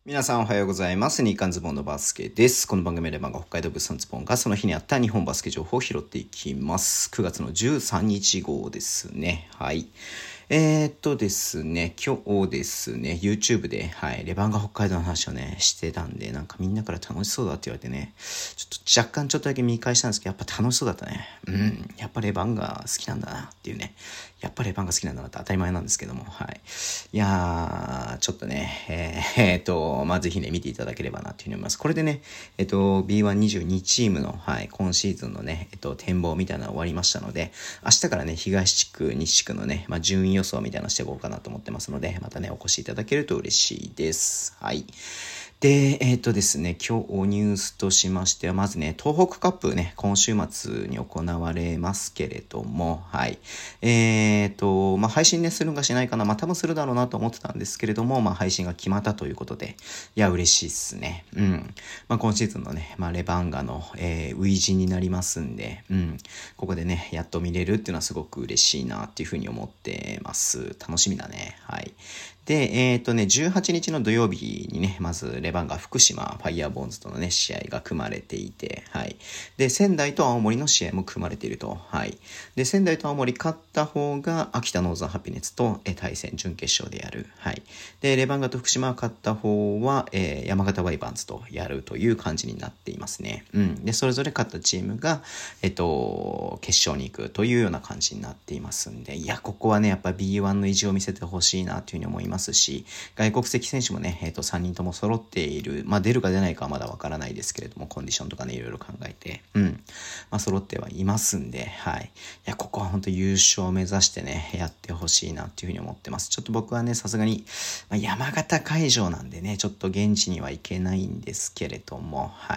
皆さんおはようございます。日刊ズボンのバスケです。この番組では北海道物産ズボンがその日にあった日本バスケ情報を拾っていきます。9月の13日号ですね。はい。ですね、今日ですね、YouTube で、レバンガ北海道の話をね、してたんで、なんかみんなから楽しそうだって言われてね、若干ちょっとだけ見返したんですけど、やっぱ楽しそうだったね。やっぱレバンガ好きなんだなっていうね。やっぱレバンガ好きなんだなって当たり前なんですけども、はい。いやー、ちょっとね、ぜひね、見ていただければなというふうに思います。これでね、B122 チームの、今シーズンのね、展望みたいなのが終わりましたので、明日からね、東地区、西地区のね、順位予想みたいなのしていこうかなと思ってますので、またね、お越しいただけると嬉しいです。はい。で、ですね、今日ニュースとしましては、まずね、東北カップね、今週末に行われますけれども、はい。配信ね、するんかしないかな、多分するだろうなと思ってたんですけれども、配信が決まったということで、いや、嬉しいっすね。今シーズンのね、レバンガの、初陣になりますんで、ここでね、やっと見れるっていうのはすごく嬉しいなっていうふうに思ってます。楽しみだね。はい。で、18日の土曜日にね、まずレバンガ福島ファイヤーボーンズとのね、試合が組まれていて、はい。で、仙台と青森の試合も組まれていると、はい。で、仙台と青森勝った方が秋田ノーザンハピネッツと対戦準決勝でやる、はい。で、レバンガと福島勝った方は、山形ワイバーンズとやるという感じになっていますね。で、それぞれ勝ったチームが、決勝に行くというような感じになっていますんで、いや、ここはね、やっぱ B1 の意地を見せてほしいなというふうに思いますし、外国籍選手もね、3人とも揃っている、出るか出ないかはまだわからないですけれども、コンディションとかね、いろいろ考えて、揃ってはいますんで、はい。いや、ここは本当優勝を目指してね、やってほしいなっていうふうに思ってます。ちょっと僕はね、さすがに、山形会場なんでね、ちょっと現地には行けないんですけれども、はい。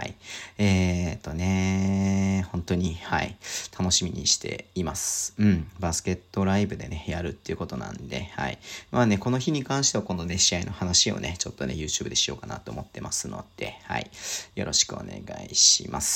本当に、はい、楽しみにしています。バスケットライブでね、やるっていうことなんで、はい。この日に関してはこのね、試合の話をね、ちょっとね、YouTube でしようかなと思ってますので、はい。よろしくお願いします。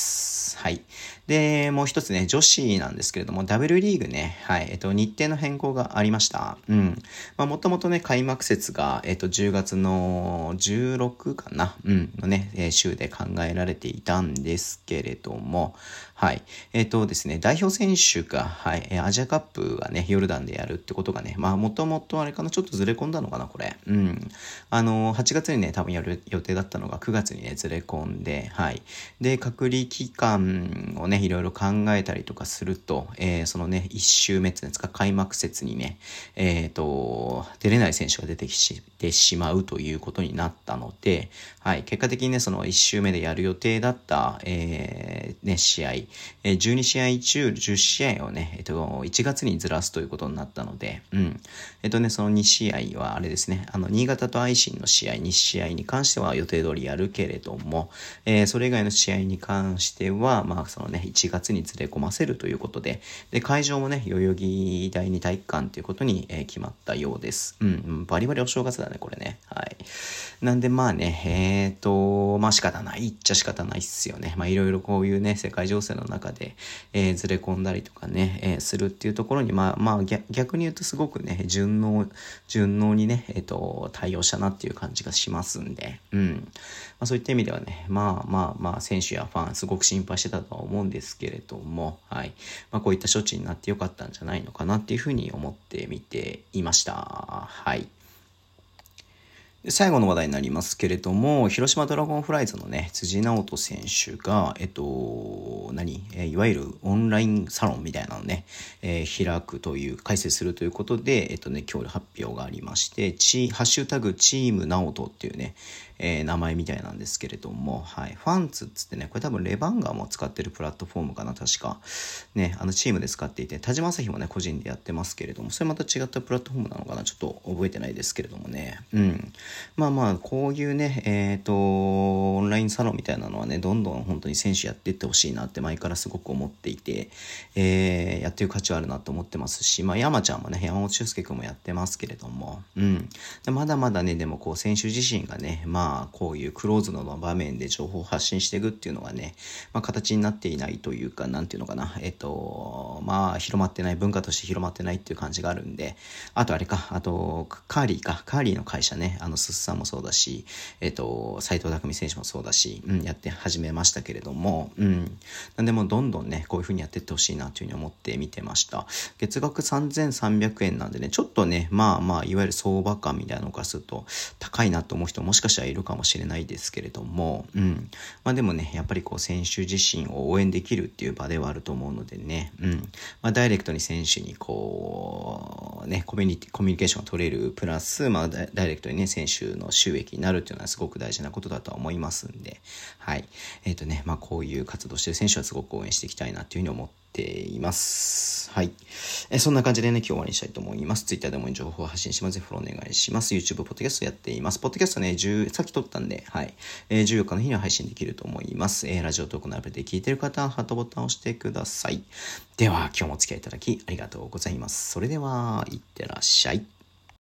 はい。で、もう一つね、女子なんですけれども、W リーグね、はい、日程の変更がありました。もともとね、開幕節が、10月の16かな、のね、週で考えられていたんですけれども、はい。ですね、代表選手が、はい、アジアカップがね、ヨルダンでやるってことがね、もともとあれかな、ちょっとずれ込んだのかな、これ。8月にね、多分やる予定だったのが9月にね、ずれ込んで、はい。で、隔離期間をね、いろいろ考えたりとかすると、そのね、1週目ってやつか、開幕節にね、出れない選手が出てきてしまうということになったので、はい、結果的にね、その1週目でやる予定だった、試合、12試合中10試合をね、1月にずらすということになったので、その2試合はあれですね、新潟と愛心の試合、2試合に関しては予定通りやるけれども、それ以外の試合に関しては、そのね、1月にずれ込ませるということで、で、会場もね、代々木第二体育館ということに、決まったようです。バリバリお正月だね、これね。はい。なんで仕方ないっちゃ仕方ないっすよね。いろいろこういうね、世界情勢の中で、ずれ込んだりとかね、するっていうところに、逆に言うとすごくね、順応にね、対応したなっていう感じがしますんで、そういった意味ではね、選手やファン、すごく心配してたとは思うんですけれども、はい。こういった処置になってよかったんじゃないのかなっていうふうに思ってみていました。はい。で最後の話題になりますけれども、広島ドラゴンフライズのね、辻直人選手が、いわゆるオンラインサロンみたいなのをね、開くという、開設するということで、今日発表がありまして、ハッシュタグチーム直人っていうね、名前みたいなんですけれども、はい。ファンツっつってね、これ多分レバンガーも使ってるプラットフォームかな、確か。ね、チームで使っていて、田島朝日もね、個人でやってますけれども、それまた違ったプラットフォームなのかな、ちょっと覚えてないですけれどもね。こういうね、オンラインサロンみたいなのはね、どんどん本当に選手やっていってほしいなって前からすごく思っていて、やってる価値はあるなと思ってますし、山ちゃんもね、山本俊介君もやってますけれども、でまだまだね、でもこう選手自身がね、こういうクローズの場面で情報を発信していくっていうのがね、形になっていないというか、なんていうのかな、広まってない、文化として広まってないっていう感じがあるんで、あとカーリーの会社ね、 すっさんもそうだし、斉藤匠選手もそうだし、やって始めましたけれども、なんでもどんどんね、こういう風にやっていってほしいなというふうに思って見てました。月額3300円なんでね、ちょっとね、いわゆる相場感みたいなのからすると高いなと思う人もしかしたらいるかもしれないですけれども、でもね、やっぱりこう選手自身を応援できるっていう場ではあると思うのでね、ダイレクトに選手にこうね、コミュニケーションを取れるプラス、ダイレクトにね、選手の収益になるっていうのはすごく大事なことだとは思いますんで、はい。こういう活動してる選手はすごく応援していきたいなというふうに思っています。はい。そんな感じでね、今日終わりにしたいと思います。Twitter でも情報を発信します。ぜひフォローお願いします。YouTube、ポッドキャストやっています。ポッドキャストね、さっき撮ったんで、はい。14日の日には配信できると思います。ラジオトークのアプリで聞いている方は、ハートボタンを押してください。では、今日もお付き合いいただきありがとうございます。それでは、いってらっしゃい。